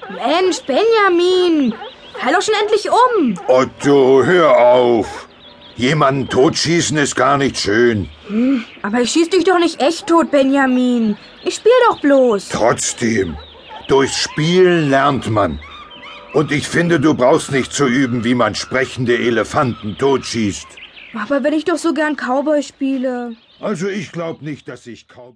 Mensch, Benjamin! Fall doch schon endlich um! Otto, hör auf! Jemanden totschießen ist gar nicht schön. Aber ich schieß dich doch nicht echt tot, Benjamin. Ich spiel doch bloß. Trotzdem, durchs Spielen lernt man. Und ich finde, du brauchst nicht zu üben, wie man sprechende Elefanten totschießt. Aber wenn ich doch so gern Cowboy spiele. Also ich glaube nicht, dass ich